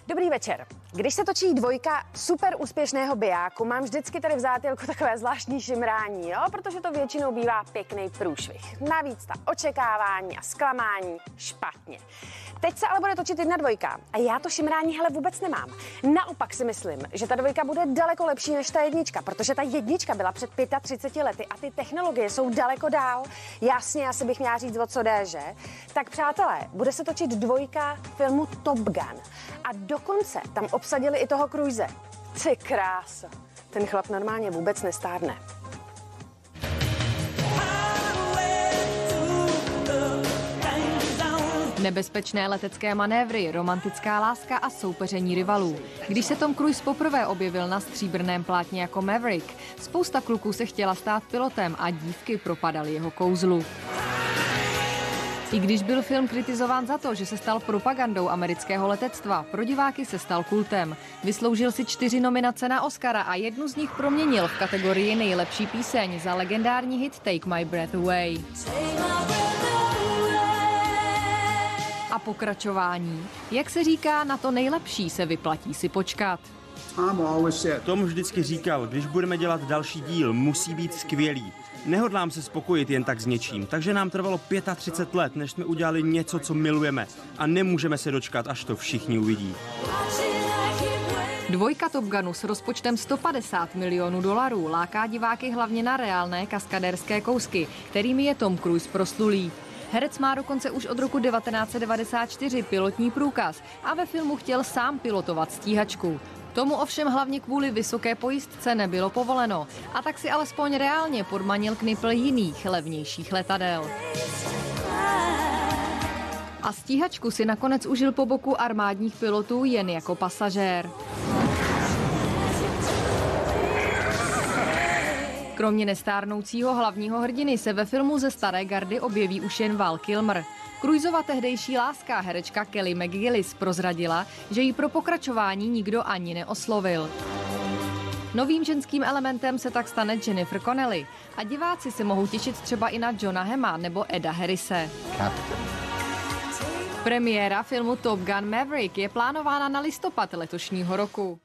Dobrý večer. Když se točí dvojka super úspěšného bijáku, mám vždycky tady v zátilku takové zvláštní šimrání, jo? Protože to většinou bývá pěkný průšvih. Navíc ta očekávání a zklamání špatně. Teď se ale bude točit jedna dvojka a já to šimrání hele vůbec nemám. Naopak si myslím, že ta dvojka bude daleko lepší než ta jednička, protože ta jednička byla před 35 lety a ty technologie jsou daleko dál. Jasně, asi bych měla říct, o co jde, že? Tak přátelé, bude se točit dvojka filmu Top Gun a dokonce tam obsadili i toho Cruise. Ty krása, ten chlap normálně vůbec nestárne. Nebezpečné letecké manévry, romantická láska a soupeření rivalů. Když se Tom Cruise poprvé objevil na stříbrném plátně jako Maverick, spousta kluků se chtěla stát pilotem a dívky propadaly jeho kouzlu. I když byl film kritizován za to, že se stal propagandou amerického letectva, pro diváky se stal kultem. Vysloužil si 4 nominace na Oscara a jednu z nich proměnil v kategorii nejlepší píseň za legendární hit Take My Breath Away. A pokračování. Jak se říká, na to nejlepší se vyplatí si počkat. Tom vždycky říkal, když budeme dělat další díl, musí být skvělý. Nehodlám se spokojit jen tak s něčím, takže nám trvalo 35 let, než jsme udělali něco, co milujeme. A nemůžeme se dočkat, až to všichni uvidí. Dvojka Top Gunu s rozpočtem $150 milionů láká diváky hlavně na reálné kaskadérské kousky, kterými je Tom Cruise proslulý. Herec má dokonce už od roku 1994 pilotní průkaz a ve filmu chtěl sám pilotovat stíhačku. Tomu ovšem hlavně kvůli vysoké pojistce nebylo povoleno a tak si alespoň reálně podmanil knipl jiných levnějších letadel. A stíhačku si nakonec užil po boku armádních pilotů jen jako pasažér. Kromě nestárnoucího hlavního hrdiny se ve filmu ze staré gardy objeví už jen Val Kilmer. Cruiseova tehdejší láska, herečka Kelly McGillis, prozradila, že ji pro pokračování nikdo ani neoslovil. Novým ženským elementem se tak stane Jennifer Connelly a diváci se mohou těšit třeba i na Johna Hamma nebo Eda Harrise. Premiéra filmu Top Gun Maverick je plánována na listopad letošního roku.